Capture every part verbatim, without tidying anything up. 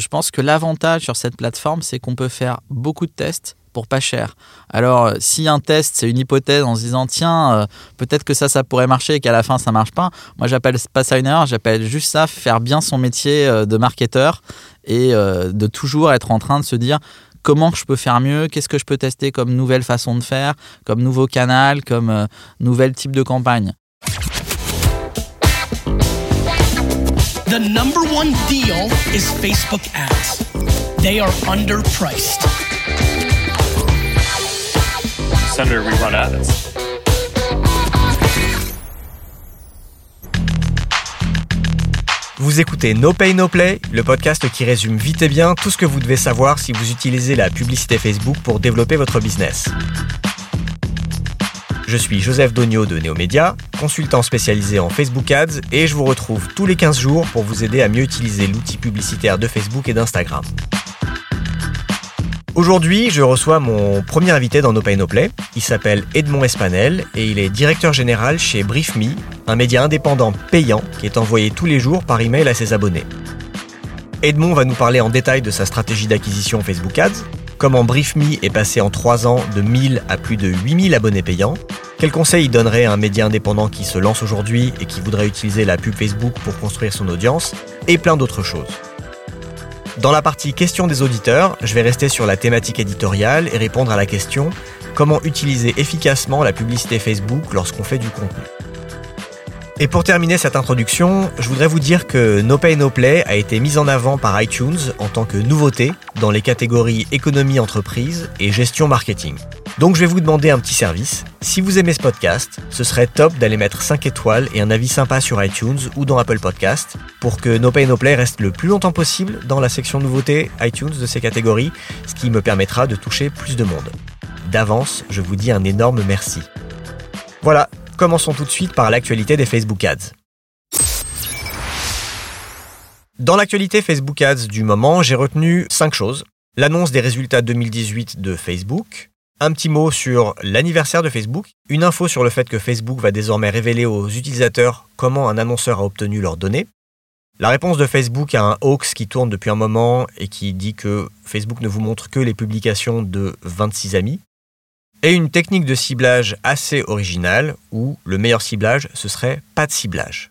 je pense que l'avantage sur cette plateforme, c'est qu'on peut faire beaucoup de tests pour pas cher. Alors, euh, si un test, c'est une hypothèse en se disant, tiens, euh, peut-être que ça, ça pourrait marcher et qu'à la fin, ça marche pas. Moi, j'appelle pas ça une erreur, j'appelle juste ça faire bien son métier euh, de marketeur et euh, de toujours être en train de se dire comment je peux faire mieux, qu'est-ce que je peux tester comme nouvelle façon de faire, comme nouveau canal, comme euh, nouvel type de campagne. The number one deal is Facebook ads. They are underpriced. Senator, we run ads. Vous écoutez No Pay No Play, le podcast qui résume vite et bien tout ce que vous devez savoir si vous utilisez la publicité Facebook pour développer votre business. Je suis Joseph Dogno de Neomédia, consultant spécialisé en Facebook Ads et je vous retrouve tous les quinze jours pour vous aider à mieux utiliser l'outil publicitaire de Facebook et d'Instagram. Aujourd'hui, je reçois mon premier invité dans No Pay No Play. Il s'appelle Edmond Espanel et il est directeur général chez BriefMe, un média indépendant payant qui est envoyé tous les jours par email à ses abonnés. Edmond va nous parler en détail de sa stratégie d'acquisition Facebook Ads, comment BriefMe est passé en trois ans de mille à plus de huit mille abonnés payants, quels conseils il donnerait à un média indépendant qui se lance aujourd'hui et qui voudrait utiliser la pub Facebook pour construire son audience, et plein d'autres choses. Dans la partie questions des auditeurs, je vais rester sur la thématique éditoriale et répondre à la question « Comment utiliser efficacement la publicité Facebook lorsqu'on fait du contenu ?» Et pour terminer cette introduction, je voudrais vous dire que No Pay No Play a été mis en avant par iTunes en tant que nouveauté dans les catégories économie entreprise et gestion marketing. Donc je vais vous demander un petit service. Si vous aimez ce podcast, ce serait top d'aller mettre cinq étoiles et un avis sympa sur iTunes ou dans Apple Podcast pour que No Pay No Play reste le plus longtemps possible dans la section nouveautés iTunes de ces catégories, ce qui me permettra de toucher plus de monde. D'avance, je vous dis un énorme merci. Voilà, commençons tout de suite par l'actualité des Facebook Ads. Dans l'actualité Facebook Ads du moment, j'ai retenu cinq choses. L'annonce des résultats deux mille dix-huit de Facebook, un petit mot sur l'anniversaire de Facebook, une info sur le fait que Facebook va désormais révéler aux utilisateurs comment un annonceur a obtenu leurs données, la réponse de Facebook à un hoax qui tourne depuis un moment et qui dit que Facebook ne vous montre que les publications de vingt-six amis, et une technique de ciblage assez originale où le meilleur ciblage, ce serait pas de ciblage.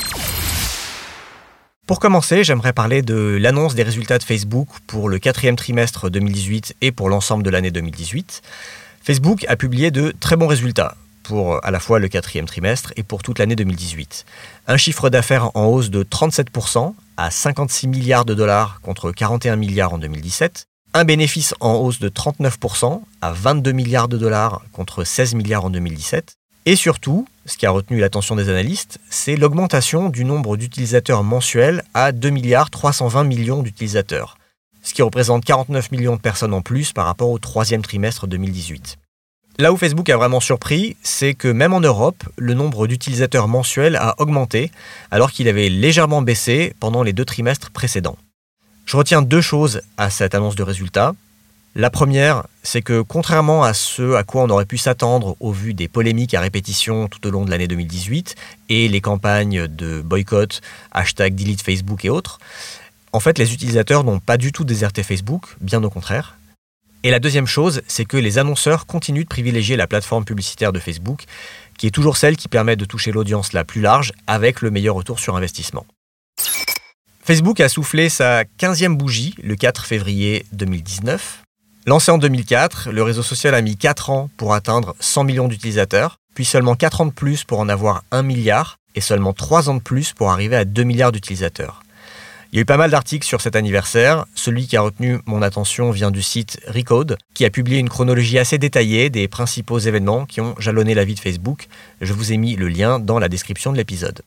Pour commencer, j'aimerais parler de l'annonce des résultats de Facebook pour le quatrième trimestre deux mille dix-huit et pour l'ensemble de l'année deux mille dix-huit. Facebook a publié de très bons résultats pour à la fois le quatrième trimestre et pour toute l'année deux mille dix-huit. Un chiffre d'affaires en hausse de trente-sept pour cent à cinquante-six milliards de dollars contre quarante et un milliards en deux mille dix-sept. Un bénéfice en hausse de trente-neuf pour cent à vingt-deux milliards de dollars contre seize milliards en deux mille dix-sept. Et surtout, ce qui a retenu l'attention des analystes, c'est l'augmentation du nombre d'utilisateurs mensuels à deux milliards trois cent vingt millions d'utilisateurs, ce qui représente quarante-neuf millions de personnes en plus par rapport au troisième trimestre deux mille dix-huit. Là où Facebook a vraiment surpris, c'est que même en Europe, le nombre d'utilisateurs mensuels a augmenté, alors qu'il avait légèrement baissé pendant les deux trimestres précédents. Je retiens deux choses à cette annonce de résultats. La première, c'est que contrairement à ce à quoi on aurait pu s'attendre au vu des polémiques à répétition tout au long de l'année deux mille dix-huit et les campagnes de boycott, hashtag delete Facebook et autres, en fait les utilisateurs n'ont pas du tout déserté Facebook, bien au contraire. Et la deuxième chose, c'est que les annonceurs continuent de privilégier la plateforme publicitaire de Facebook, qui est toujours celle qui permet de toucher l'audience la plus large avec le meilleur retour sur investissement. Facebook a soufflé sa quinzième bougie le quatre février deux mille dix-neuf. Lancé en deux mille quatre, le réseau social a mis quatre ans pour atteindre cent millions d'utilisateurs, puis seulement quatre ans de plus pour en avoir un milliard, et seulement trois ans de plus pour arriver à deux milliards d'utilisateurs. Il y a eu pas mal d'articles sur cet anniversaire. Celui qui a retenu mon attention vient du site Recode, qui a publié une chronologie assez détaillée des principaux événements qui ont jalonné la vie de Facebook. Je vous ai mis le lien dans la description de l'épisode.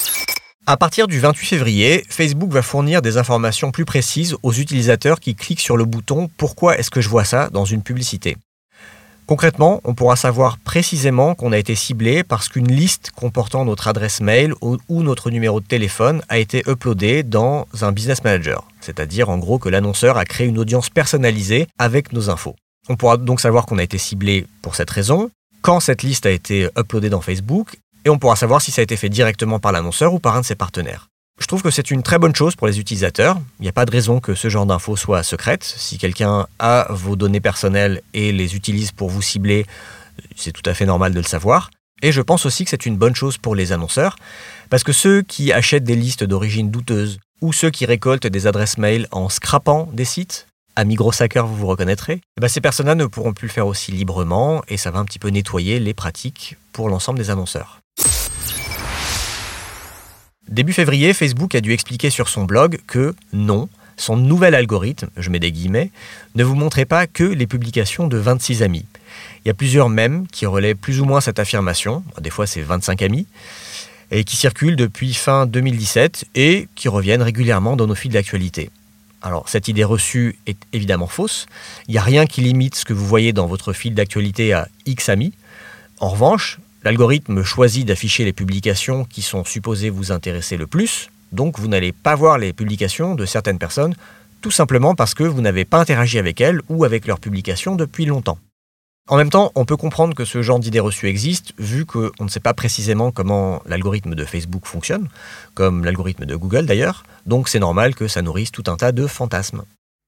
À partir du vingt-huit février, Facebook va fournir des informations plus précises aux utilisateurs qui cliquent sur le bouton « Pourquoi est-ce que je vois ça ?» dans une publicité. Concrètement, on pourra savoir précisément qu'on a été ciblé parce qu'une liste comportant notre adresse mail ou notre numéro de téléphone a été uploadée dans un Business Manager, c'est-à-dire en gros que l'annonceur a créé une audience personnalisée avec nos infos. On pourra donc savoir qu'on a été ciblé pour cette raison, quand cette liste a été uploadée dans Facebook, et on pourra savoir si ça a été fait directement par l'annonceur ou par un de ses partenaires. Je trouve que c'est une très bonne chose pour les utilisateurs. Il n'y a pas de raison que ce genre d'infos soit secrète. Si quelqu'un a vos données personnelles et les utilise pour vous cibler, c'est tout à fait normal de le savoir. Et je pense aussi que c'est une bonne chose pour les annonceurs, parce que ceux qui achètent des listes d'origine douteuse ou ceux qui récoltent des adresses mail en scrapant des sites, amis gros hackers, vous vous reconnaîtrez, eh ben ces personnes-là ne pourront plus le faire aussi librement et ça va un petit peu nettoyer les pratiques pour l'ensemble des annonceurs. Début février, Facebook a dû expliquer sur son blog que non, son nouvel algorithme, je mets des guillemets, ne vous montrait pas que les publications de vingt-six amis. Il y a plusieurs mèmes qui relaient plus ou moins cette affirmation, des fois c'est vingt-cinq amis, et qui circulent depuis fin deux mille dix-sept et qui reviennent régulièrement dans nos fils d'actualité. Alors cette idée reçue est évidemment fausse, il n'y a rien qui limite ce que vous voyez dans votre fil d'actualité à X amis. En revanche, l'algorithme choisit d'afficher les publications qui sont supposées vous intéresser le plus, donc vous n'allez pas voir les publications de certaines personnes, tout simplement parce que vous n'avez pas interagi avec elles ou avec leurs publications depuis longtemps. En même temps, on peut comprendre que ce genre d'idée reçue existe, vu qu'on ne sait pas précisément comment l'algorithme de Facebook fonctionne, comme l'algorithme de Google d'ailleurs, donc c'est normal que ça nourrisse tout un tas de fantasmes.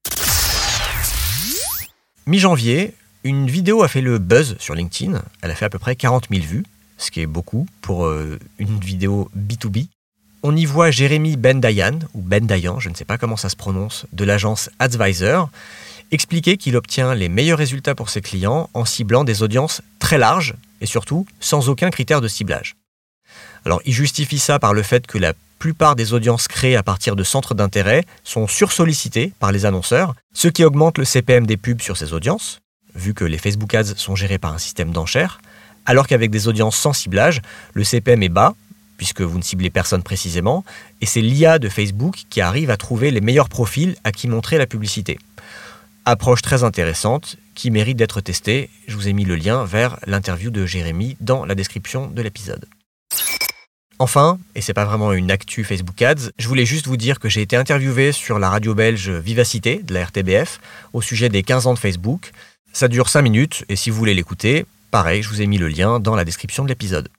Mi-janvier, une vidéo a fait le buzz sur LinkedIn, elle a fait à peu près quarante mille vues, ce qui est beaucoup pour euh, une vidéo B deux B. On y voit Jérémy Bendayan, ou Bendayan, je ne sais pas comment ça se prononce, de l'agence Advisor, expliquer qu'il obtient les meilleurs résultats pour ses clients en ciblant des audiences très larges et surtout sans aucun critère de ciblage. Alors il justifie ça par le fait que la plupart des audiences créées à partir de centres d'intérêt sont sursollicitées par les annonceurs, ce qui augmente le C P M des pubs sur ces audiences, vu que les Facebook Ads sont gérés par un système d'enchères, alors qu'avec des audiences sans ciblage, le C P M est bas, puisque vous ne ciblez personne précisément, et c'est l'I A de Facebook qui arrive à trouver les meilleurs profils à qui montrer la publicité. Approche très intéressante qui mérite d'être testée. Je vous ai mis le lien vers l'interview de Jérémy dans la description de l'épisode. Enfin, et c'est pas vraiment une actu Facebook Ads, je voulais juste vous dire que j'ai été interviewé sur la radio belge Vivacité de la R T B F au sujet des quinze ans de Facebook. Ça dure cinq minutes et si vous voulez l'écouter, pareil, je vous ai mis le lien dans la description de l'épisode.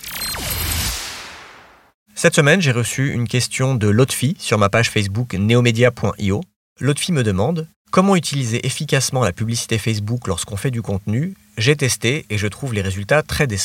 Cette semaine, j'ai reçu une question de Lotfi sur ma page Facebook neomedia point io. Lotfi me demande « Comment utiliser efficacement la publicité Facebook lorsqu'on fait du contenu ? J'ai testé et je trouve les résultats très décevants. »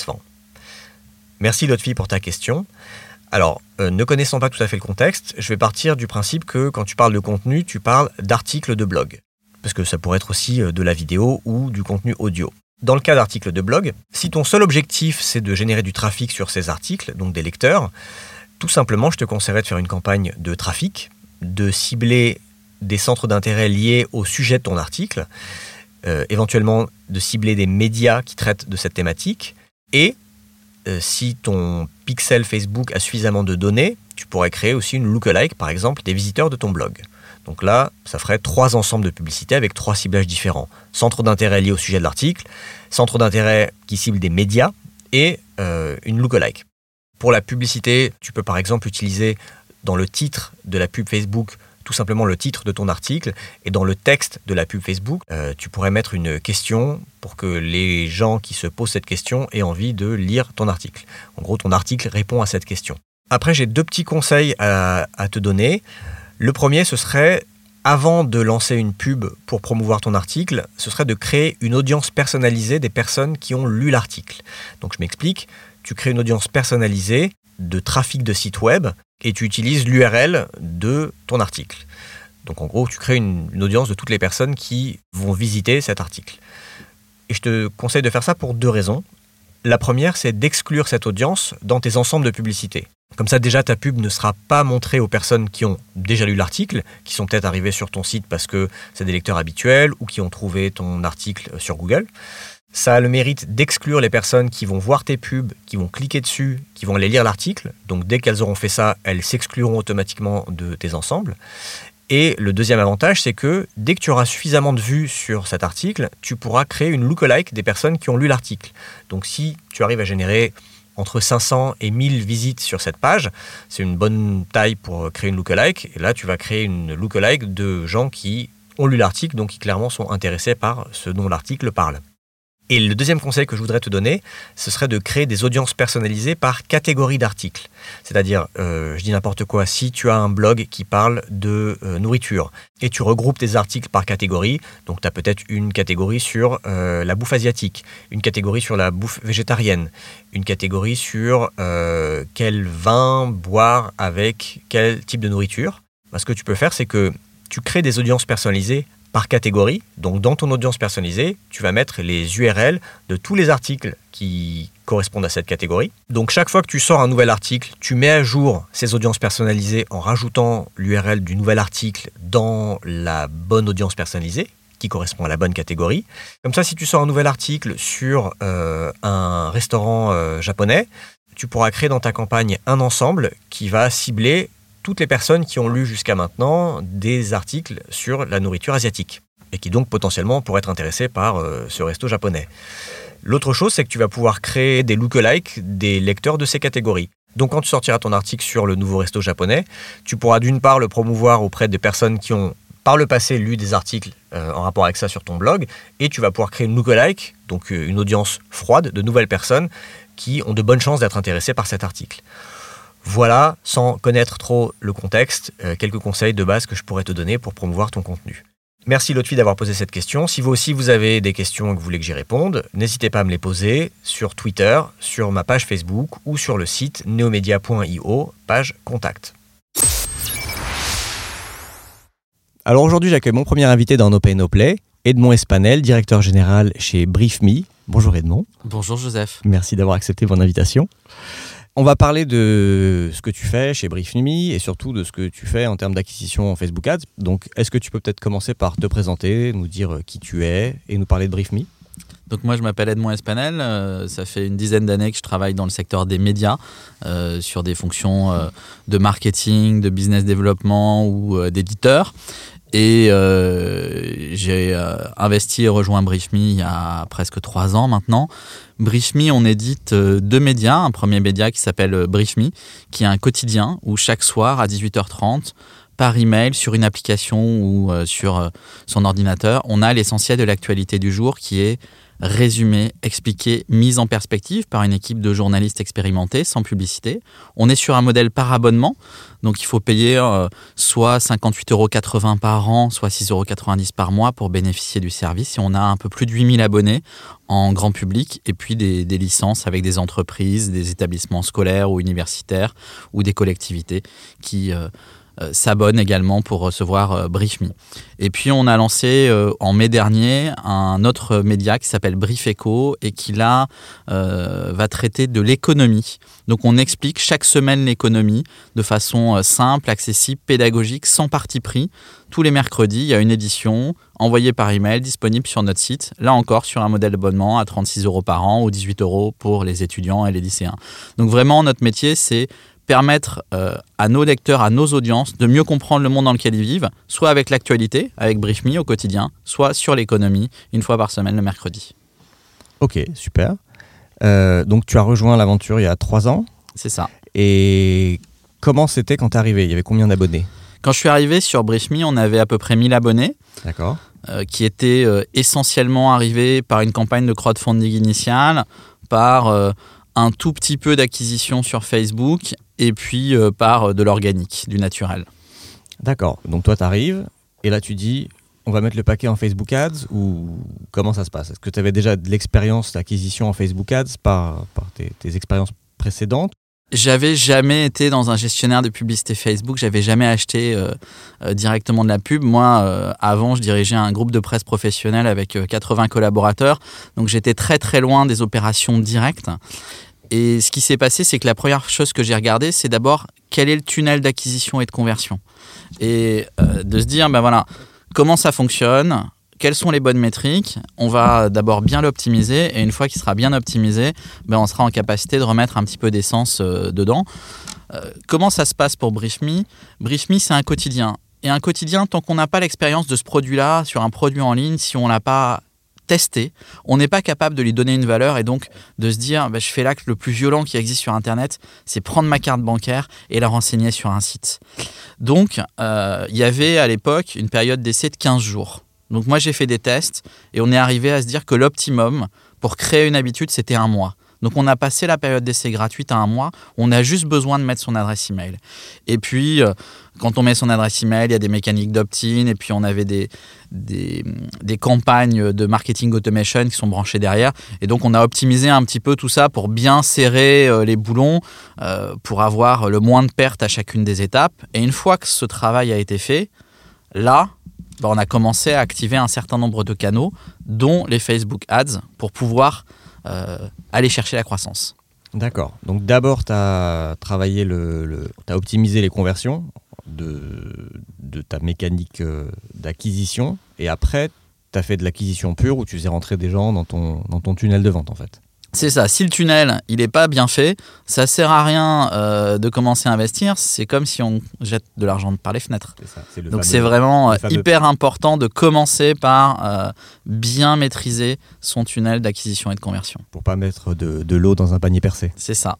Merci Lotfi pour ta question. Alors, euh, ne connaissant pas tout à fait le contexte, je vais partir du principe que quand tu parles de contenu, tu parles d'articles de blog. Parce que ça pourrait être aussi de la vidéo ou du contenu audio. Dans le cas d'articles de blog, si ton seul objectif c'est de générer du trafic sur ces articles, donc des lecteurs, tout simplement je te conseillerais de faire une campagne de trafic, de cibler des centres d'intérêt liés au sujet de ton article, euh, éventuellement de cibler des médias qui traitent de cette thématique, et euh, si ton pixel Facebook a suffisamment de données, tu pourrais créer aussi une lookalike, par exemple, des visiteurs de ton blog. Donc là, ça ferait trois ensembles de publicités avec trois ciblages différents. Centre d'intérêt lié au sujet de l'article, centre d'intérêt qui cible des médias, et euh, une lookalike. Pour la publicité, tu peux par exemple utiliser dans le titre de la pub Facebook tout simplement le titre de ton article, et dans le texte de la pub Facebook, euh, tu pourrais mettre une question pour que les gens qui se posent cette question aient envie de lire ton article. En gros, ton article répond à cette question. Après, j'ai deux petits conseils à, à te donner. Le premier, ce serait, avant de lancer une pub pour promouvoir ton article, ce serait de créer une audience personnalisée des personnes qui ont lu l'article. Donc je m'explique, tu crées une audience personnalisée de trafic de site web, et tu utilises l'U R L de ton article. Donc en gros, tu crées une, une audience de toutes les personnes qui vont visiter cet article. Et je te conseille de faire ça pour deux raisons. La première, c'est d'exclure cette audience dans tes ensembles de publicités. Comme ça, déjà, ta pub ne sera pas montrée aux personnes qui ont déjà lu l'article, qui sont peut-être arrivées sur ton site parce que c'est des lecteurs habituels ou qui ont trouvé ton article sur Google. Ça a le mérite d'exclure les personnes qui vont voir tes pubs, qui vont cliquer dessus, qui vont aller lire l'article. Donc dès qu'elles auront fait ça, elles s'excluront automatiquement de tes ensembles. Et le deuxième avantage, c'est que dès que tu auras suffisamment de vues sur cet article, tu pourras créer une lookalike des personnes qui ont lu l'article. Donc si tu arrives à générer entre cinq cents et mille visites sur cette page, c'est une bonne taille pour créer une lookalike. Et là, tu vas créer une lookalike de gens qui ont lu l'article, donc qui clairement sont intéressés par ce dont l'article parle. Et le deuxième conseil que je voudrais te donner, ce serait de créer des audiences personnalisées par catégorie d'articles. C'est-à-dire, euh, je dis n'importe quoi, si tu as un blog qui parle de euh, nourriture et tu regroupes tes articles par catégorie, donc tu as peut-être une catégorie sur euh, la bouffe asiatique, une catégorie sur la bouffe végétarienne, une catégorie sur euh, quel vin boire avec quel type de nourriture. Ben, ce que tu peux faire, c'est que tu crées des audiences personnalisées par catégorie. Donc, dans ton audience personnalisée, tu vas mettre les U R L de tous les articles qui correspondent à cette catégorie. Donc, chaque fois que tu sors un nouvel article, tu mets à jour ces audiences personnalisées en rajoutant l'U R L du nouvel article dans la bonne audience personnalisée qui correspond à la bonne catégorie. Comme ça, si tu sors un nouvel article sur euh, un restaurant euh, japonais, tu pourras créer dans ta campagne un ensemble qui va cibler toutes les personnes qui ont lu jusqu'à maintenant des articles sur la nourriture asiatique et qui donc potentiellement pourraient être intéressés par euh, ce resto japonais. L'autre chose, c'est que tu vas pouvoir créer des lookalikes des lecteurs de ces catégories. Donc quand tu sortiras ton article sur le nouveau resto japonais, tu pourras d'une part le promouvoir auprès des personnes qui ont par le passé lu des articles euh, en rapport avec ça sur ton blog, et tu vas pouvoir créer une lookalike, donc euh, une audience froide de nouvelles personnes qui ont de bonnes chances d'être intéressées par cet article. Voilà, sans connaître trop le contexte, euh, quelques conseils de base que je pourrais te donner pour promouvoir ton contenu. Merci Lotfi d'avoir posé cette question. Si vous aussi vous avez des questions et que vous voulez que j'y réponde, n'hésitez pas à me les poser sur Twitter, sur ma page Facebook ou sur le site neomedia point io, page contact. Alors aujourd'hui, j'accueille mon premier invité dans No Pay No Play, Edmond Espanel, directeur général chez BriefMe. Bonjour Edmond. Bonjour Joseph. Merci d'avoir accepté mon invitation. On va parler de ce que tu fais chez BriefMe et surtout de ce que tu fais en termes d'acquisition en Facebook Ads. Donc, est-ce que tu peux peut-être commencer par te présenter, nous dire qui tu es et nous parler de BriefMe ? Donc moi je m'appelle Edmond Espanel, euh, ça fait une dizaine d'années que je travaille dans le secteur des médias, euh, sur des fonctions euh, de marketing, de business développement ou euh, d'éditeur. Et euh, j'ai euh, investi et rejoint BriefMe il y a presque trois ans maintenant. BriefMe, on édite euh, deux médias. Un premier média qui s'appelle euh, BriefMe, qui est un quotidien où chaque soir à dix-huit heures trente, par email, sur une application ou euh, sur euh, son ordinateur, on a l'essentiel de l'actualité du jour qui est résumé, expliqué, mise en perspective par une équipe de journalistes expérimentés, sans publicité. On est sur un modèle par abonnement, donc il faut payer euh, soit cinquante-huit euros quatre-vingts par an, soit six euros quatre-vingt-dix par mois pour bénéficier du service. Et on a un peu plus de huit mille abonnés en grand public, et puis des, des licences avec des entreprises, des établissements scolaires ou universitaires, ou des collectivités qui... Euh, Euh, s'abonnent également pour recevoir euh, BriefMe. Et puis on a lancé euh, en mai dernier un autre média qui s'appelle BriefEco et qui là euh, va traiter de l'économie. Donc on explique chaque semaine l'économie de façon euh, simple, accessible, pédagogique, sans parti pris. Tous les mercredis, il y a une édition envoyée par email, disponible sur notre site. Là encore, sur un modèle d'abonnement à trente-six euros par an ou dix-huit euros pour les étudiants et les lycéens. Donc vraiment, notre métier, c'est permettre euh, à nos lecteurs, à nos audiences, de mieux comprendre le monde dans lequel ils vivent, soit avec l'actualité, avec BriefMe au quotidien, soit sur l'économie, une fois par semaine le mercredi. Ok, super. Euh, donc tu as rejoint l'aventure il y a trois ans. C'est ça. Et comment c'était quand tu es arrivé ? Il y avait combien d'abonnés ? Quand je suis arrivé sur BriefMe, on avait à peu près mille abonnés. D'accord. Euh, qui étaient euh, essentiellement arrivés par une campagne de crowdfunding initiale, par euh, un tout petit peu d'acquisition sur Facebook et puis euh, par de l'organique, du naturel. D'accord. Donc toi, tu arrives et là, tu dis, on va mettre le paquet en Facebook Ads ou comment ça se passe ? Est-ce que tu avais déjà de l'expérience d'acquisition en Facebook Ads par, par tes, tes expériences précédentes ? J'avais jamais été dans un gestionnaire de publicité Facebook, j'avais jamais acheté euh, euh, directement de la pub. Moi, euh, avant, je dirigeais un groupe de presse professionnel avec euh, quatre-vingts collaborateurs, donc j'étais très très loin des opérations directes. Et ce qui s'est passé, c'est que la première chose que j'ai regardée, c'est d'abord quel est le tunnel d'acquisition et de conversion. Et euh, de se dire, ben voilà, comment ça fonctionne ? Quelles sont les bonnes métriques ? On va d'abord bien l'optimiser et une fois qu'il sera bien optimisé, ben on sera en capacité de remettre un petit peu d'essence euh, dedans. Euh, comment ça se passe pour BriefMe ? BriefMe, c'est un quotidien. Et un quotidien, tant qu'on n'a pas l'expérience de ce produit-là sur un produit en ligne, si on ne l'a pas testé, on n'est pas capable de lui donner une valeur et donc de se dire ben, je fais l'acte le plus violent qui existe sur Internet, c'est prendre ma carte bancaire et la renseigner sur un site. Donc, euh, il y avait à l'époque une période d'essai de quinze jours. Donc moi, j'ai fait des tests et on est arrivé à se dire que l'optimum pour créer une habitude, c'était un mois. Donc on a passé la période d'essai gratuite à un mois. On a juste besoin de mettre son adresse email. Et puis, euh, quand on met son adresse email, il y a des mécaniques d'opt-in. Et puis on avait des, des, des campagnes de marketing automation qui sont branchées derrière. Et donc on a optimisé un petit peu tout ça pour bien serrer euh, les boulons, euh, pour avoir le moins de pertes à chacune des étapes. Et une fois que ce travail a été fait, là, bah, on a commencé à activer un certain nombre de canaux, dont les Facebook Ads, pour pouvoir Euh, aller chercher la croissance. D'accord. Donc d'abord, tu as travaillé, le, le, tu as optimisé les conversions de, de ta mécanique euh, d'acquisition et après, tu as fait de l'acquisition pure où tu faisais rentrer des gens dans ton, dans ton tunnel de vente en fait. C'est ça. Si le tunnel, il n'est pas bien fait, ça ne sert à rien euh, de commencer à investir. C'est comme si on jette de l'argent par les fenêtres. C'est ça, c'est le Donc fameux, c'est vraiment le fameux... hyper important de commencer par euh, bien maîtriser son tunnel d'acquisition et de conversion. Pour pas mettre de, de l'eau dans un panier percé. C'est ça.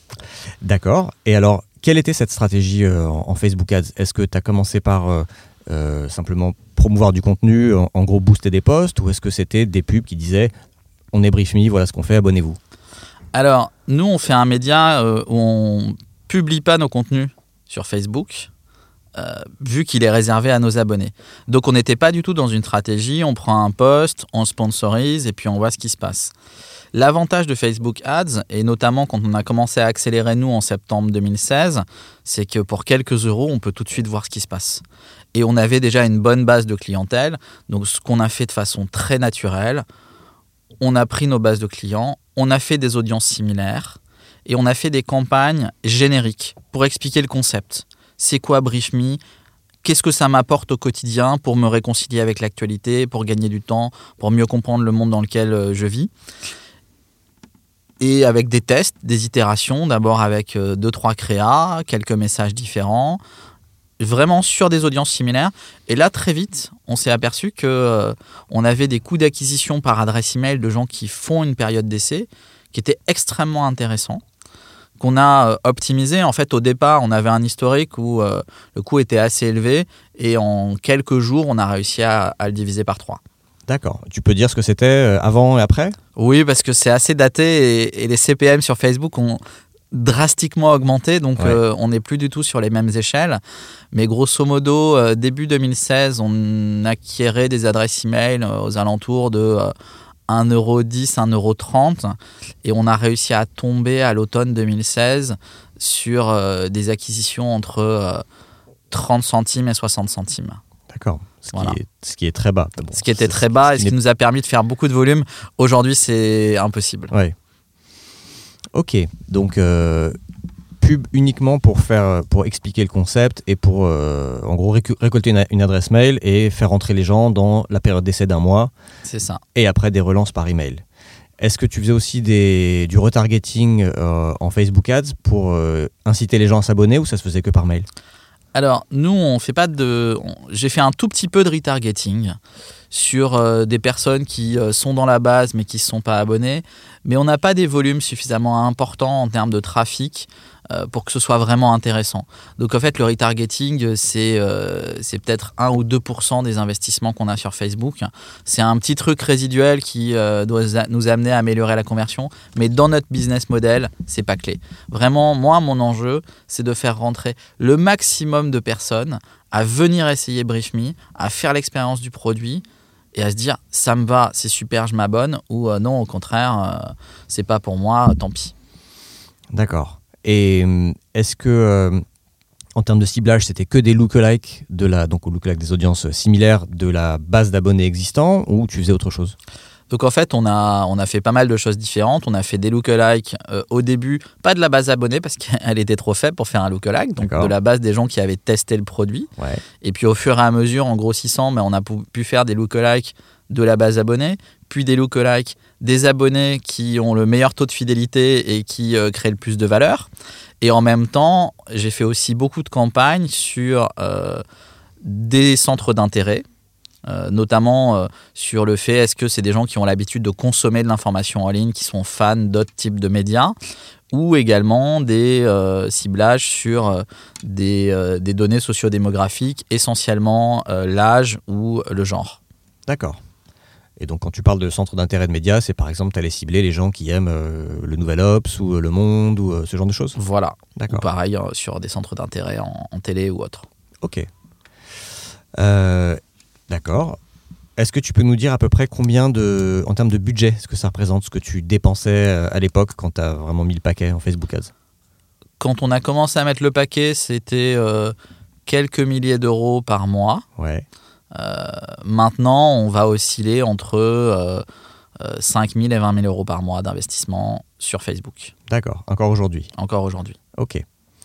D'accord. Et alors, quelle était cette stratégie euh, en Facebook Ads ? Est-ce que tu as commencé par euh, euh, simplement promouvoir du contenu, en, en gros booster des posts, ou est-ce que c'était des pubs qui disaient « On est BriefMe, voilà ce qu'on fait, abonnez-vous ». Alors, nous, on fait un média euh, où on publie pas nos contenus sur Facebook, euh, vu qu'il est réservé à nos abonnés. Donc, on n'était pas du tout dans une stratégie, on prend un post, on sponsorise et puis on voit ce qui se passe. L'avantage de Facebook Ads, et notamment quand on a commencé à accélérer nous en septembre deux mille seize, c'est que pour quelques euros, on peut tout de suite voir ce qui se passe. Et on avait déjà une bonne base de clientèle, donc ce qu'on a fait de façon très naturelle, on a pris nos bases de clients, on a fait des audiences similaires et on a fait des campagnes génériques pour expliquer le concept. C'est quoi BriefMe ? Qu'est-ce que ça m'apporte au quotidien pour me réconcilier avec l'actualité, pour gagner du temps, pour mieux comprendre le monde dans lequel je vis ? Et avec des tests, des itérations, d'abord avec deux, trois créas, quelques messages différents, vraiment sur des audiences similaires. Et là, très vite, on s'est aperçu qu'on euh, avait des coûts d'acquisition par adresse email de gens qui font une période d'essai qui étaient extrêmement intéressants, qu'on a euh, optimisé. En fait, au départ, on avait un historique où euh, le coût était assez élevé et en quelques jours, on a réussi à, à le diviser par trois. D'accord. Tu peux dire ce que c'était avant et après ? Oui, parce que c'est assez daté et, et les C P M sur Facebook ont drastiquement augmenté, donc ouais. euh, on n'est plus du tout sur les mêmes échelles. Mais grosso modo, euh, début deux mille seize, on acquérait des adresses email euh, aux alentours de euh, un euro dix, un euro trente et on a réussi à tomber à l'automne deux mille seize sur euh, des acquisitions entre euh, trente centimes et soixante centimes. D'accord. Ce, voilà. qui est, ce qui est très bas. Bon, ce qui était très bas et ce qui nous a permis de faire beaucoup de volume. Aujourd'hui, c'est impossible. Oui. Ok, donc euh, pub uniquement pour faire, pour expliquer le concept et pour euh, en gros récu- récolter une, une adresse mail et faire rentrer les gens dans la période d'essai d'un mois. C'est ça. Et après des relances par email. Est-ce que tu faisais aussi des, du retargeting euh, en Facebook Ads pour euh, inciter les gens à s'abonner ou ça se faisait que par mail ? Alors nous, on fait pas de. On, j'ai fait un tout petit peu de retargeting sur euh, des personnes qui euh, sont dans la base mais qui ne se sont pas abonnées. Mais on n'a pas des volumes suffisamment importants en termes de trafic euh, pour que ce soit vraiment intéressant. Donc en fait, le retargeting, c'est, euh, c'est peut-être un ou deux pour cent des investissements qu'on a sur Facebook. C'est un petit truc résiduel qui euh, doit nous amener à améliorer la conversion. Mais dans notre business model, ce n'est pas clé. Vraiment, moi, mon enjeu, c'est de faire rentrer le maximum de personnes à venir essayer BriefMe, à faire l'expérience du produit et à se dire ça me va, c'est super, je m'abonne, ou euh, non, au contraire, euh, c'est pas pour moi, tant pis. D'accord. Et est-ce que euh, en termes de ciblage, c'était que des lookalikes de la, donc au lookalike des audiences similaires de la base d'abonnés existants ou tu faisais autre chose ? Donc en fait, on a, on a fait pas mal de choses différentes. On a fait des lookalikes euh, au début, pas de la base abonnée parce qu'elle était trop faible pour faire un lookalike, donc D'accord. de la base des gens qui avaient testé le produit. Ouais. Et puis au fur et à mesure, en grossissant, ben, on a pu faire des lookalikes de la base abonnée, puis des lookalikes des abonnés qui ont le meilleur taux de fidélité et qui euh, créent le plus de valeur. Et en même temps, j'ai fait aussi beaucoup de campagnes sur euh, des centres d'intérêt. Euh, notamment euh, sur le fait est-ce que c'est des gens qui ont l'habitude de consommer de l'information en ligne, qui sont fans d'autres types de médias, ou également des euh, ciblages sur euh, des, euh, des données sociodémographiques, essentiellement euh, l'âge ou le genre. D'accord. Et donc, quand tu parles de centre d'intérêt de médias, c'est par exemple, tu allais cibler les gens qui aiment euh, le Nouvel Obs ou euh, Le Monde ou euh, ce genre de choses ? Voilà. D'accord. Ou pareil euh, sur des centres d'intérêt en, en télé ou autre. Ok. Euh, d'accord. Est-ce que tu peux nous dire à peu près combien, de, en termes de budget, ce que ça représente, ce que tu dépensais à l'époque quand tu as vraiment mis le paquet en Facebook Ads ? Quand on a commencé à mettre le paquet, c'était euh, quelques milliers d'euros par mois. Ouais. Euh, maintenant, on va osciller entre euh, euh, cinq mille et vingt mille euros par mois d'investissement sur Facebook. D'accord, encore aujourd'hui. Encore aujourd'hui. Ok.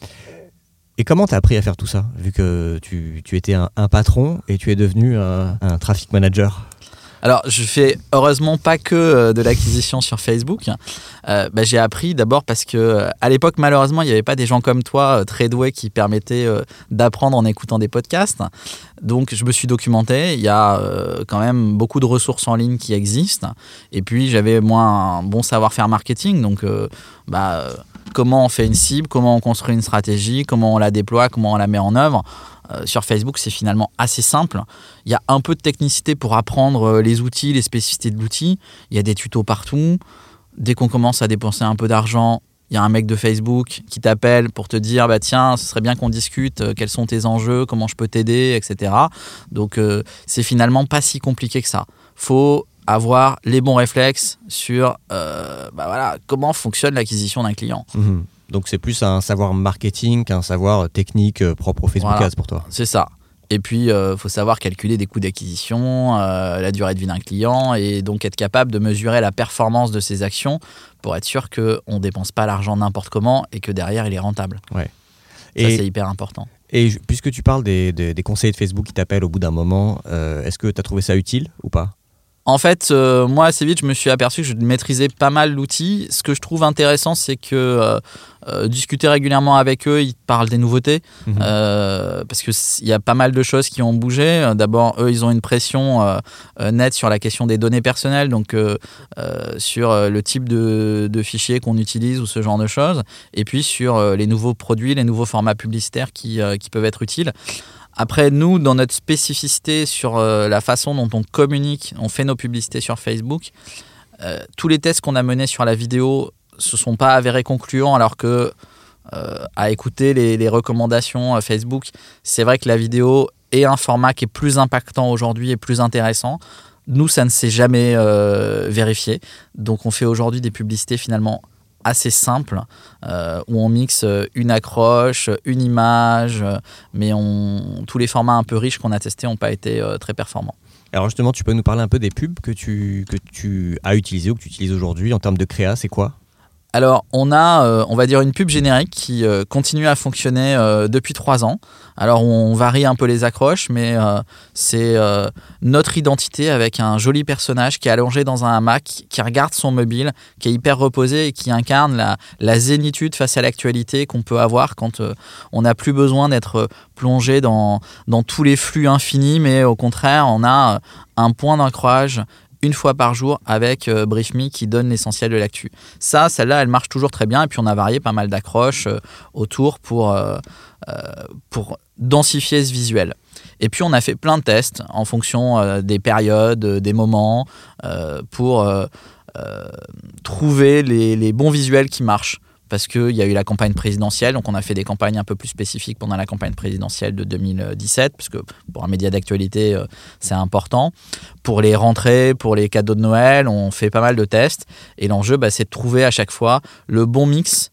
Et comment tu as appris à faire tout ça, vu que tu, tu étais un, un patron et tu es devenu un, un traffic manager ? Alors, je fais heureusement pas que euh, de l'acquisition sur Facebook. Euh, bah, j'ai appris d'abord parce que euh, à l'époque, malheureusement, il n'y avait pas des gens comme toi euh, très doués qui permettaient euh, d'apprendre en écoutant des podcasts. Donc, je me suis documenté. Il y a euh, quand même beaucoup de ressources en ligne qui existent. Et puis, j'avais moi un bon savoir-faire marketing. Donc, euh, bah, euh, comment on fait une cible, comment on construit une stratégie, comment on la déploie, comment on la met en œuvre. Euh, sur Facebook, c'est finalement assez simple. Il y a un peu de technicité pour apprendre euh, les outils, les spécificités de l'outil. Il y a des tutos partout. Dès qu'on commence à dépenser un peu d'argent, il y a un mec de Facebook qui t'appelle pour te dire bah, « Tiens, ce serait bien qu'on discute, euh, quels sont tes enjeux, comment je peux t'aider, et cetera » Donc, euh, c'est finalement pas si compliqué que ça. Faut avoir les bons réflexes sur euh, bah, voilà, comment fonctionne l'acquisition d'un client. Mmh. Donc, c'est plus un savoir marketing qu'un savoir technique euh, propre au Facebook Voilà. Ads pour toi. C'est ça. Et puis, il euh, faut savoir calculer des coûts d'acquisition, euh, la durée de vie d'un client et donc être capable de mesurer la performance de ses actions pour être sûr qu'on ne dépense pas l'argent n'importe comment et que derrière, il est rentable. Ouais. Ça, Et, c'est hyper important. et je- puisque tu parles des, des, des conseillers de Facebook qui t'appellent au bout d'un moment, euh, est-ce que tu as trouvé ça utile ou pas ? En fait, euh, moi, assez vite, je me suis aperçu que je maîtrisais pas mal l'outil. Ce que je trouve intéressant, c'est que euh, euh, discuter régulièrement avec eux, ils parlent des nouveautés. Mmh. Euh, parce qu'il y a pas mal de choses qui ont bougé. D'abord, eux, ils ont une pression euh, euh, nette sur la question des données personnelles, donc euh, euh, sur euh, le type de, de fichiers qu'on utilise ou ce genre de choses. Et puis sur euh, les nouveaux produits, les nouveaux formats publicitaires qui, euh, qui peuvent être utiles. Après, nous, dans notre spécificité sur euh, la façon dont on communique, on fait nos publicités sur Facebook, euh, tous les tests qu'on a menés sur la vidéo ne se sont pas avérés concluants, alors que euh, à écouter les, les recommandations euh, Facebook, c'est vrai que la vidéo est un format qui est plus impactant aujourd'hui et plus intéressant. Nous, ça ne s'est jamais euh, vérifié. Donc, on fait aujourd'hui des publicités finalement assez simple, euh, où on mixe une accroche, une image, euh, mais on, tous les formats un peu riches qu'on a testés n'ont pas été euh, très performants. Alors justement, tu peux nous parler un peu des pubs que tu, que tu as utilisées ou que tu utilises aujourd'hui en termes de créa, c'est quoi ? Alors, on a, euh, on va dire, une pub générique qui euh, continue à fonctionner euh, depuis trois ans. Alors, on varie un peu les accroches, mais euh, c'est euh, notre identité avec un joli personnage qui est allongé dans un hamac, qui regarde son mobile, qui est hyper reposé et qui incarne la, la zénitude face à l'actualité qu'on peut avoir quand euh, on n'a plus besoin d'être plongé dans, dans tous les flux infinis, mais au contraire, on a un point d'ancrage une fois par jour avec euh, BriefMe qui donne l'essentiel de l'actu. Ça, celle-là, elle marche toujours très bien. Et puis, on a varié pas mal d'accroches euh, autour pour, euh, euh, pour densifier ce visuel. Et puis, on a fait plein de tests en fonction euh, des périodes, euh, des moments, euh, pour euh, euh, trouver les, les bons visuels qui marchent. Parce qu'il y a eu la campagne présidentielle, donc on a fait des campagnes un peu plus spécifiques pendant la campagne présidentielle de deux mille dix-sept, parce que pour un média d'actualité, euh, c'est important. Pour les rentrées, pour les cadeaux de Noël, on fait pas mal de tests. Et l'enjeu, bah, c'est de trouver à chaque fois le bon mix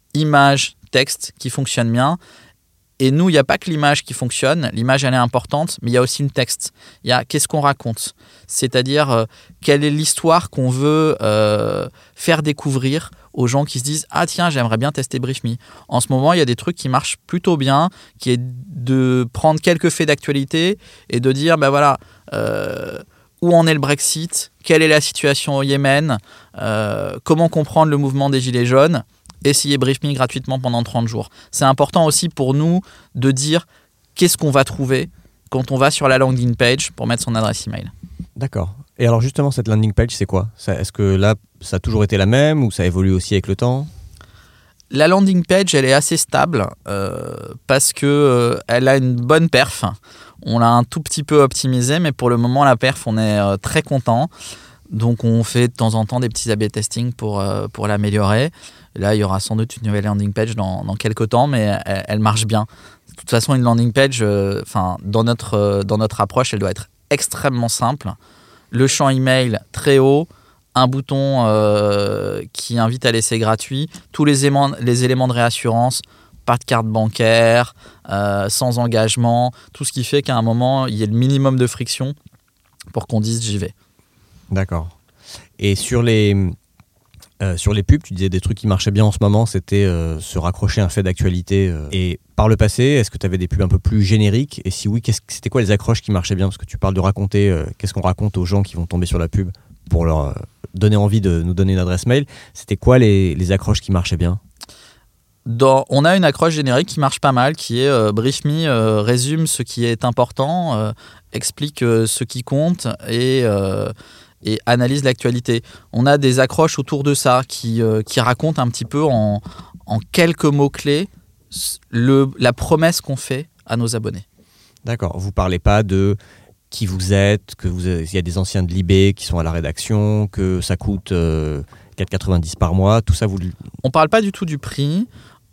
image-texte qui fonctionne bien. Et nous, il n'y a pas que l'image qui fonctionne. L'image, elle est importante, mais il y a aussi le texte. Il y a qu'est-ce qu'on raconte. C'est-à-dire, euh, quelle est l'histoire qu'on veut euh, faire découvrir aux gens qui se disent « Ah tiens, j'aimerais bien tester BriefMe ». En ce moment, il y a des trucs qui marchent plutôt bien, qui est de prendre quelques faits d'actualité et de dire ben voilà, euh, où en est le Brexit, quelle est la situation au Yémen, euh, comment comprendre le mouvement des Gilets jaunes. Essayez BriefMe gratuitement pendant trente jours. C'est important aussi pour nous de dire qu'est-ce qu'on va trouver quand on va sur la landing page pour mettre son adresse email. D'accord. Et alors justement, cette landing page, c'est quoi ? ça, Est-ce que là, ça a toujours été la même ou ça évolue aussi avec le temps ? La landing page, elle est assez stable euh, parce qu'elle euh, a une bonne perf. On l'a un tout petit peu optimisé, mais pour le moment, la perf, on est euh, très content. Donc, on fait de temps en temps des petits A B testing pour, euh, pour l'améliorer. Et là, il y aura sans doute une nouvelle landing page dans, dans quelques temps, mais elle, elle marche bien. De toute façon, une landing page, euh, dans, notre, euh, dans notre approche, elle doit être extrêmement simple. Le champ email très haut, un bouton euh, qui invite à laisser gratuit, tous les éléments, les éléments de réassurance, pas de carte bancaire, euh, sans engagement, tout ce qui fait qu'à un moment, il y ait le minimum de friction pour qu'on dise j'y vais. D'accord. Et sur les, euh, sur les pubs, tu disais des trucs qui marchaient bien en ce moment, c'était euh, se raccrocher à un fait d'actualité. Euh, et par le passé, est-ce que tu avais des pubs un peu plus génériques ? Et si oui, qu'est-ce, c'était quoi les accroches qui marchaient bien ? Parce que tu parles de raconter, euh, qu'est-ce qu'on raconte aux gens qui vont tomber sur la pub pour leur euh, donner envie de nous donner une adresse mail. C'était quoi les, les accroches qui marchaient bien ? Dans, on a une accroche générique qui marche pas mal, qui est euh, Brief Me euh, résume ce qui est important, euh, explique euh, ce qui compte et, euh, et analyse l'actualité. On a des accroches autour de ça qui, euh, qui racontent un petit peu en, en quelques mots-clés le, la promesse qu'on fait à nos abonnés. D'accord. Vous parlez pas de qui vous êtes, que vous il y a des anciens de l'I B qui sont à la rédaction, que ça coûte euh, quatre euros quatre-vingt-dix par mois, tout ça vous... On parle pas du tout du prix.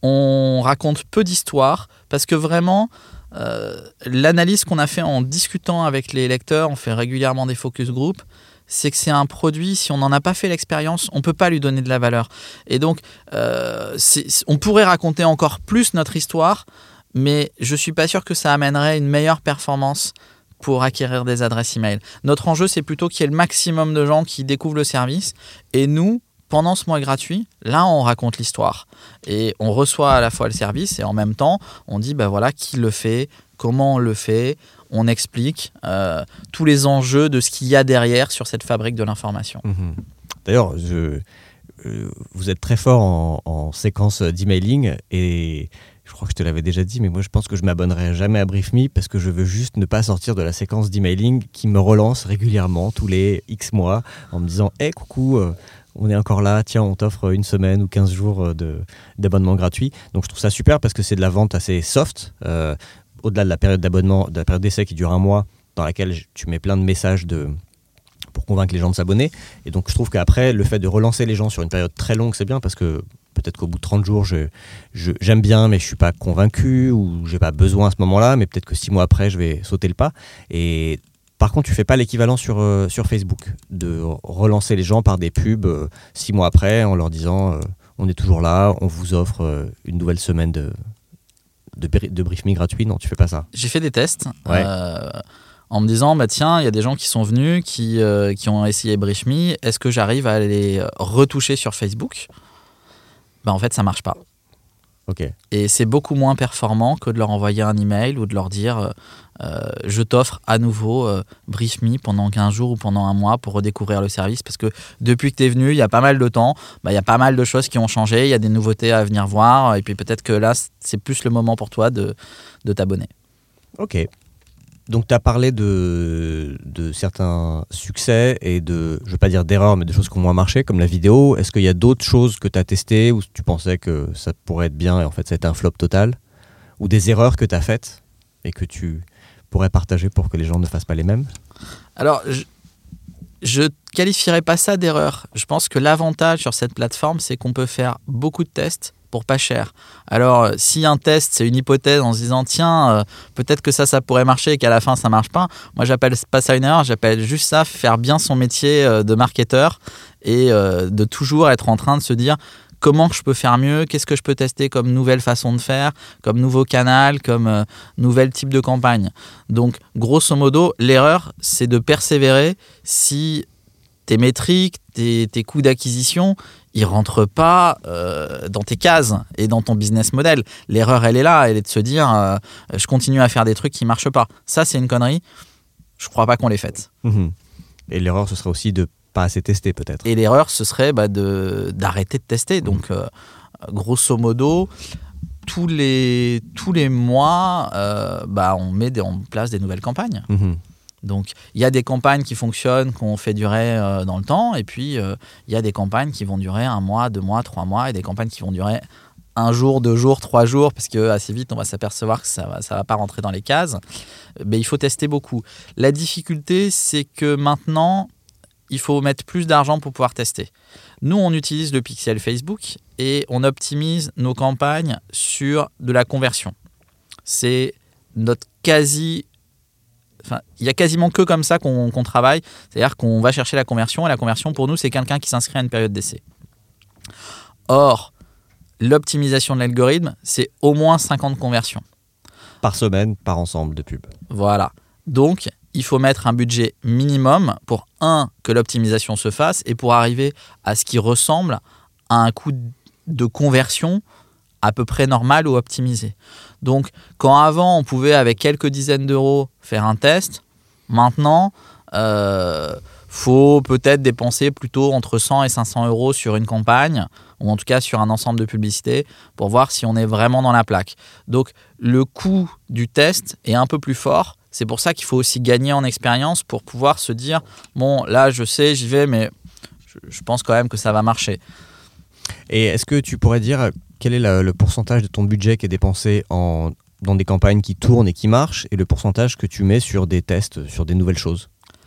On raconte peu d'histoires parce que vraiment, euh, l'analyse qu'on a fait en discutant avec les lecteurs, on fait régulièrement des focus group, c'est que c'est un produit, si on n'en a pas fait l'expérience, on ne peut pas lui donner de la valeur. Et donc, euh, c'est, on pourrait raconter encore plus notre histoire, mais je ne suis pas sûr que ça amènerait une meilleure performance pour acquérir des adresses email. Notre enjeu, c'est plutôt qu'il y ait le maximum de gens qui découvrent le service et nous, pendant ce mois gratuit, là, on raconte l'histoire. Et on reçoit à la fois le service et en même temps, on dit, ben voilà, qui le fait, comment on le fait. On explique euh, tous les enjeux de ce qu'il y a derrière sur cette fabrique de l'information. Mmh. D'ailleurs, je, euh, vous êtes très fort en, en séquence d'emailing et je crois que je te l'avais déjà dit, mais moi, je pense que je ne m'abonnerai jamais à Brief Me parce que je veux juste ne pas sortir de la séquence d'emailing qui me relance régulièrement tous les X mois en me disant « Hey, coucou euh, !» on est encore là, tiens, on t'offre une semaine ou quinze jours de, d'abonnement gratuit. Donc je trouve ça super parce que c'est de la vente assez soft, euh, au-delà de la période d'abonnement, de la période d'essai qui dure un mois, dans laquelle tu mets plein de messages de, pour convaincre les gens de s'abonner. Et donc je trouve qu'après, le fait de relancer les gens sur une période très longue, c'est bien parce que peut-être qu'au bout de trente jours, je, je, j'aime bien, mais je ne suis pas convaincu ou je n'ai pas besoin à ce moment-là, mais peut-être que six mois après, je vais sauter le pas. Et par contre, tu ne fais pas l'équivalent sur, euh, sur Facebook, de relancer les gens par des pubs euh, six mois après en leur disant euh, on est toujours là, on vous offre euh, une nouvelle semaine de, de, de Brief Me gratuit. Non, tu ne fais pas ça. J'ai fait des tests ouais. euh, en me disant bah, tiens, il y a des gens qui sont venus, qui, euh, qui ont essayé Brief Me, est-ce que j'arrive à les retoucher sur Facebook ? Bah, en fait, ça ne marche pas. Okay. Et c'est beaucoup moins performant que de leur envoyer un email ou de leur dire euh, je t'offre à nouveau euh, Brief Me pendant quinze jours ou pendant un mois pour redécouvrir le service, parce que depuis que tu es venu, il y a pas mal de temps, bah, il y a pas mal de choses qui ont changé, il y a des nouveautés à venir voir, et puis peut-être que là, c'est plus le moment pour toi de, de t'abonner. Ok. Donc tu as parlé de, de certains succès et de, je ne veux pas dire d'erreurs, mais de choses qui ont moins marché, comme la vidéo. Est-ce qu'il y a d'autres choses que tu as testées où tu pensais que ça pourrait être bien et en fait ça a été un flop total ? Ou des erreurs que tu as faites et que tu pourrais partager pour que les gens ne fassent pas les mêmes ? Alors, je ne qualifierais pas ça d'erreur. Je pense que l'avantage sur cette plateforme, c'est qu'on peut faire beaucoup de tests pour pas cher. Alors, si un test, c'est une hypothèse en se disant tiens, euh, peut-être que ça, ça pourrait marcher et qu'à la fin, ça marche pas, moi, j'appelle pas ça une erreur, j'appelle juste ça faire bien son métier euh, de marketeur et euh, de toujours être en train de se dire comment je peux faire mieux, qu'est-ce que je peux tester comme nouvelle façon de faire, comme nouveau canal, comme euh, nouvel type de campagne. Donc, grosso modo, l'erreur, c'est de persévérer si tes métriques, tes, tes coûts d'acquisition, ils ne rentrent pas euh, dans tes cases et dans ton business model. L'erreur, elle est là, elle est de se dire euh, je continue à faire des trucs qui ne marchent pas. Ça, c'est une connerie. Je ne crois pas qu'on l'ait faite. Mmh. Et l'erreur, ce serait aussi de ne pas assez tester, peut-être. Et l'erreur, ce serait bah, de, d'arrêter de tester. Mmh. Donc, euh, grosso modo, tous les, tous les mois, euh, bah, on met des, en place des nouvelles campagnes. Mmh. Donc, il y a des campagnes qui fonctionnent, qu'on fait durer euh, dans le temps, et puis il euh, y a des campagnes qui vont durer un mois, deux mois, trois mois, et des campagnes qui vont durer un jour, deux jours, trois jours, parce que assez vite, on va s'apercevoir que ça va, ça va pas rentrer dans les cases. Mais il faut tester beaucoup. La difficulté, c'est que maintenant, il faut mettre plus d'argent pour pouvoir tester. Nous, on utilise le pixel Facebook et on optimise nos campagnes sur de la conversion. C'est notre quasi... Enfin, il y a quasiment que comme ça qu'on, qu'on travaille. C'est-à-dire qu'on va chercher la conversion et la conversion, pour nous, c'est quelqu'un qui s'inscrit à une période d'essai. Or, l'optimisation de l'algorithme, c'est au moins cinquante conversions. Par semaine, par ensemble de pubs. Voilà. Donc, il faut mettre un budget minimum pour, un, que l'optimisation se fasse et pour arriver à ce qui ressemble à un coût de conversion à peu près normal ou optimisé. Donc, quand avant, on pouvait, avec quelques dizaines d'euros, faire un test, maintenant, euh, faut peut-être dépenser plutôt entre cent et cinq cents euros sur une campagne, ou en tout cas sur un ensemble de publicités, pour voir si on est vraiment dans la plaque. Donc, le coût du test est un peu plus fort. C'est pour ça qu'il faut aussi gagner en expérience pour pouvoir se dire « Bon, là, je sais, j'y vais, mais je, je pense quand même que ça va marcher. » Et est-ce que tu pourrais dire quel est le, le pourcentage de ton budget qui est dépensé en, dans des campagnes qui tournent et qui marchent, et le pourcentage que tu mets sur des tests, sur des nouvelles choses ?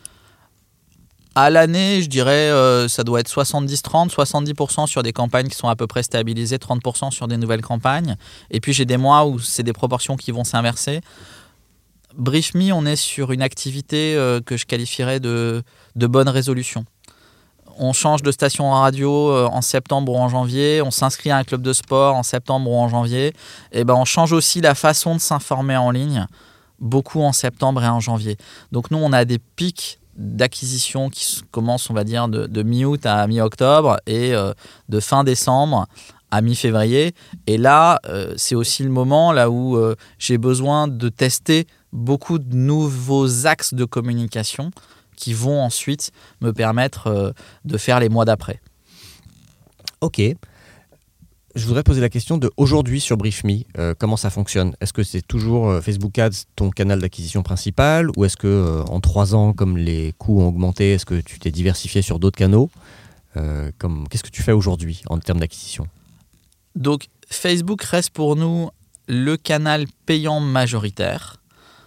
À l'année, je dirais euh, ça doit être soixante-dix trente, soixante-dix pour cent sur des campagnes qui sont à peu près stabilisées, trente pour cent sur des nouvelles campagnes. Et puis j'ai des mois où c'est des proportions qui vont s'inverser. BriefMe, on est sur une activité euh, que je qualifierais de, de bonne résolution. On change de station en radio euh, en septembre ou en janvier, on s'inscrit à un club de sport en septembre ou en janvier. Et ben on change aussi la façon de s'informer en ligne, beaucoup en septembre et en janvier. Donc nous, on a des pics d'acquisition qui commencent, on va dire, de, de mi-août à mi-octobre et euh, de fin décembre à mi-février. Et là, euh, c'est aussi le moment là où euh, j'ai besoin de tester beaucoup de nouveaux axes de communication qui vont ensuite me permettre euh, de faire les mois d'après. Ok. Je voudrais poser la question de aujourd'hui sur BriefMe. Euh, comment ça fonctionne ? Est-ce que c'est toujours euh, Facebook Ads ton canal d'acquisition principal, ou est-ce que euh, en trois ans, comme les coûts ont augmenté, est-ce que tu t'es diversifié sur d'autres canaux ? euh, comme, Qu'est-ce que tu fais aujourd'hui en termes d'acquisition ? Donc Facebook reste pour nous le canal payant majoritaire,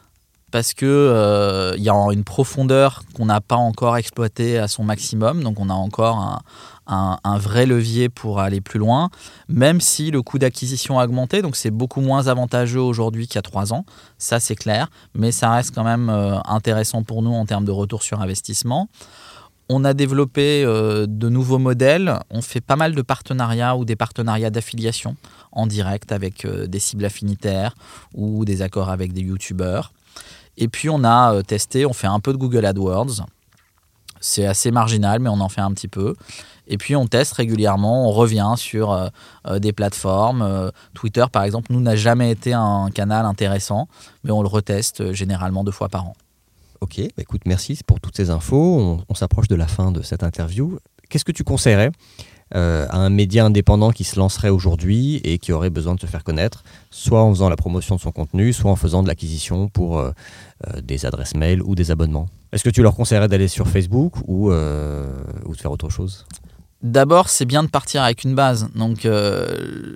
parce qu'il euh, y a une profondeur qu'on n'a pas encore exploitée à son maximum, donc on a encore un, un, un vrai levier pour aller plus loin, même si le coût d'acquisition a augmenté, donc c'est beaucoup moins avantageux aujourd'hui qu'il y a trois ans, ça c'est clair, mais ça reste quand même euh, intéressant pour nous en termes de retour sur investissement. On a développé euh, de nouveaux modèles, on fait pas mal de partenariats ou des partenariats d'affiliation en direct avec euh, des cibles affinitaires ou des accords avec des youtubeurs. Et puis on a euh, testé, on fait un peu de Google AdWords. C'est assez marginal, mais on en fait un petit peu. Et puis on teste régulièrement, on revient sur euh, euh, des plateformes. Euh, Twitter, par exemple, nous n'a jamais été un canal intéressant, mais on le reteste euh, généralement deux fois par an. Ok, bah écoute, merci pour toutes ces infos. On, on s'approche de la fin de cette interview. Qu'est-ce que tu conseillerais euh, à un média indépendant qui se lancerait aujourd'hui et qui aurait besoin de se faire connaître, soit en faisant la promotion de son contenu, soit en faisant de l'acquisition pour euh, euh, des adresses mail ou des abonnements ? Est-ce que tu leur conseillerais d'aller sur Facebook ou, euh, ou de faire autre chose ? D'abord, c'est bien de partir avec une base. Donc, euh,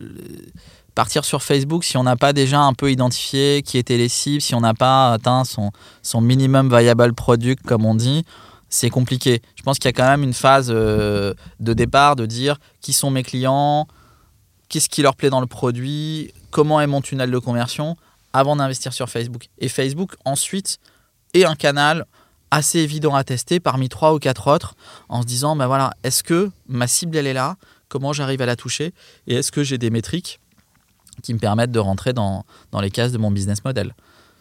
partir sur Facebook, si on n'a pas déjà un peu identifié qui étaient les cibles, si on n'a pas atteint son, son minimum viable product, comme on dit, c'est compliqué. Je pense qu'il y a quand même une phase euh, de départ de dire qui sont mes clients, qu'est-ce qui leur plaît dans le produit, comment est mon tunnel de conversion, avant d'investir sur Facebook. Et Facebook, ensuite, est un canal assez évident à tester parmi trois ou quatre autres, en se disant, ben voilà, est-ce que ma cible, elle est là ? Comment j'arrive à la toucher ? Et est-ce que j'ai des métriques qui me permettent de rentrer dans, dans les cases de mon business model ?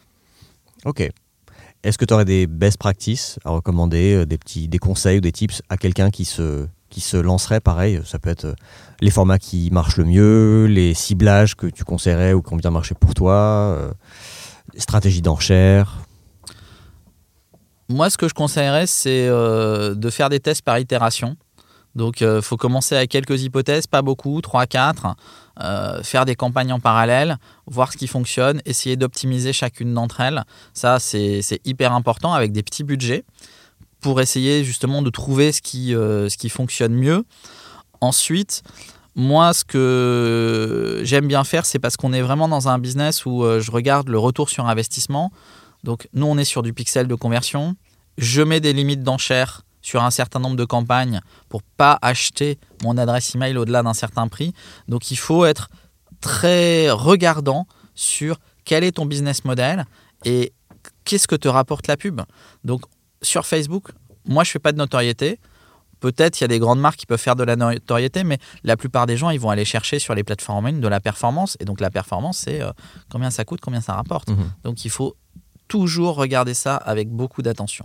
Ok. Est-ce que tu aurais des best practices à recommander, des, petits, des conseils ou des tips à quelqu'un qui se, qui se lancerait ? Pareil, ça peut être les formats qui marchent le mieux, les ciblages que tu conseillerais ou qui ont bien marché pour toi, euh, les stratégies d'enchères. Moi, ce que je conseillerais, c'est euh, de faire des tests par itération. Donc, il euh, faut commencer avec quelques hypothèses, pas beaucoup, trois quatre, euh, faire des campagnes en parallèle, voir ce qui fonctionne, essayer d'optimiser chacune d'entre elles. Ça, c'est, c'est hyper important avec des petits budgets pour essayer justement de trouver ce qui, euh, ce qui fonctionne mieux. Ensuite, Moi, ce que j'aime bien faire, c'est parce qu'on est vraiment dans un business où euh, je regarde le retour sur investissement. Donc, nous, on est sur du pixel de conversion. Je mets des limites d'enchères sur un certain nombre de campagnes pour pas acheter mon adresse email au-delà d'un certain prix. Donc, il faut être très regardant sur quel est ton business model et qu'est-ce que te rapporte la pub. Donc, sur Facebook, moi, je fais pas de notoriété. Peut-être il y a des grandes marques qui peuvent faire de la notoriété, mais la plupart des gens, ils vont aller chercher sur les plateformes en ligne de la performance. Et donc, la performance, c'est euh, combien ça coûte, combien ça rapporte. Mmh. Donc, il faut toujours regarder ça avec beaucoup d'attention.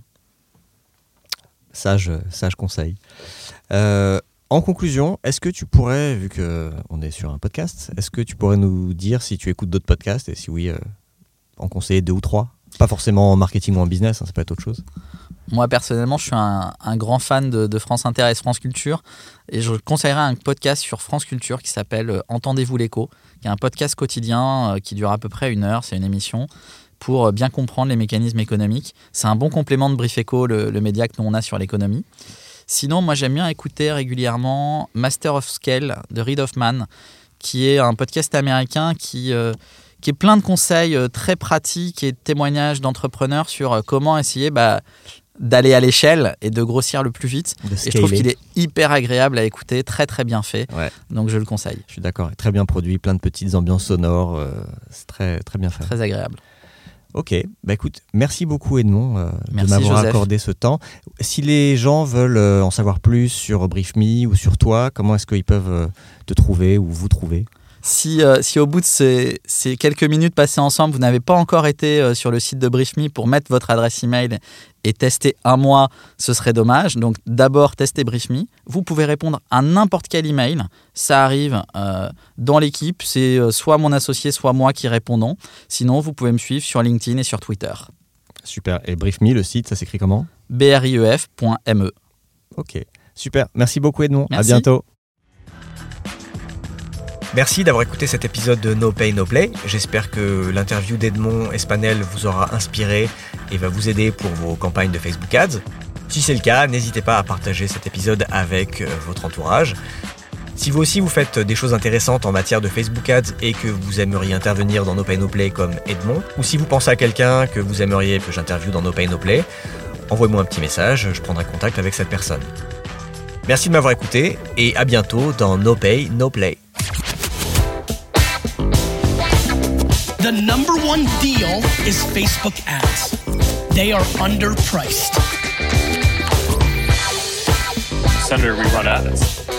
Sage, sage conseil. Euh, en conclusion, est-ce que tu pourrais, vu qu'on est sur un podcast, est-ce que tu pourrais nous dire si tu écoutes d'autres podcasts et si oui, euh, en conseiller deux ou trois ? Pas forcément en marketing ou en business, hein, ça peut être autre chose. Moi, personnellement, je suis un, un grand fan de, de France Inter et de France Culture. Et je conseillerais un podcast sur France Culture qui s'appelle euh, Entendez-vous l'écho, qui est un podcast quotidien euh, qui dure à peu près une heure. C'est une émission pour euh, bien comprendre les mécanismes économiques. C'est un bon complément de Brief Echo, le, le média que nous, on a sur l'économie. Sinon, moi, j'aime bien écouter régulièrement Master of Scale de Reid Hoffman, qui est un podcast américain qui... Euh, qui est plein de conseils euh, très pratiques et de témoignages d'entrepreneurs sur euh, comment essayer bah, d'aller à l'échelle et de grossir le plus vite. Et je trouve qu'il est hyper agréable à écouter, très très bien fait. Ouais. Donc je le conseille. Je suis d'accord, très bien produit, plein de petites ambiances sonores, euh, c'est très, très bien fait. Très agréable. Ok, bah écoute, merci beaucoup Edmond euh, merci, de m'avoir Joseph. accordé ce temps. Si les gens veulent euh, en savoir plus sur BriefMe ou sur toi, comment est-ce qu'ils peuvent euh, te trouver ou vous trouver ? Si, euh, si au bout de ces, ces quelques minutes passées ensemble, vous n'avez pas encore été euh, sur le site de BriefMe pour mettre votre adresse email et tester un mois, ce serait dommage. Donc d'abord, testez BriefMe. Vous pouvez répondre à n'importe quel email. Ça arrive euh, dans l'équipe. C'est euh, soit mon associé, soit moi qui répondons. Sinon, vous pouvez me suivre sur LinkedIn et sur Twitter. Super. Et BriefMe, le site, ça s'écrit comment ? B R I E F point M E. Ok. Super. Merci beaucoup Edmond. Merci. À bientôt. Merci d'avoir écouté cet épisode de No Pay No Play. J'espère que l'interview d'Edmond Espanel vous aura inspiré et va vous aider pour vos campagnes de Facebook Ads. Si c'est le cas, n'hésitez pas à partager cet épisode avec votre entourage. Si vous aussi vous faites des choses intéressantes en matière de Facebook Ads et que vous aimeriez intervenir dans No Pay No Play comme Edmond, ou si vous pensez à quelqu'un que vous aimeriez que j'interviewe dans No Pay No Play, envoyez-moi un petit message, je prendrai contact avec cette personne. Merci de m'avoir écouté et à bientôt dans No Pay No Play. The number one deal is Facebook ads. They are underpriced. Senator, we run ads.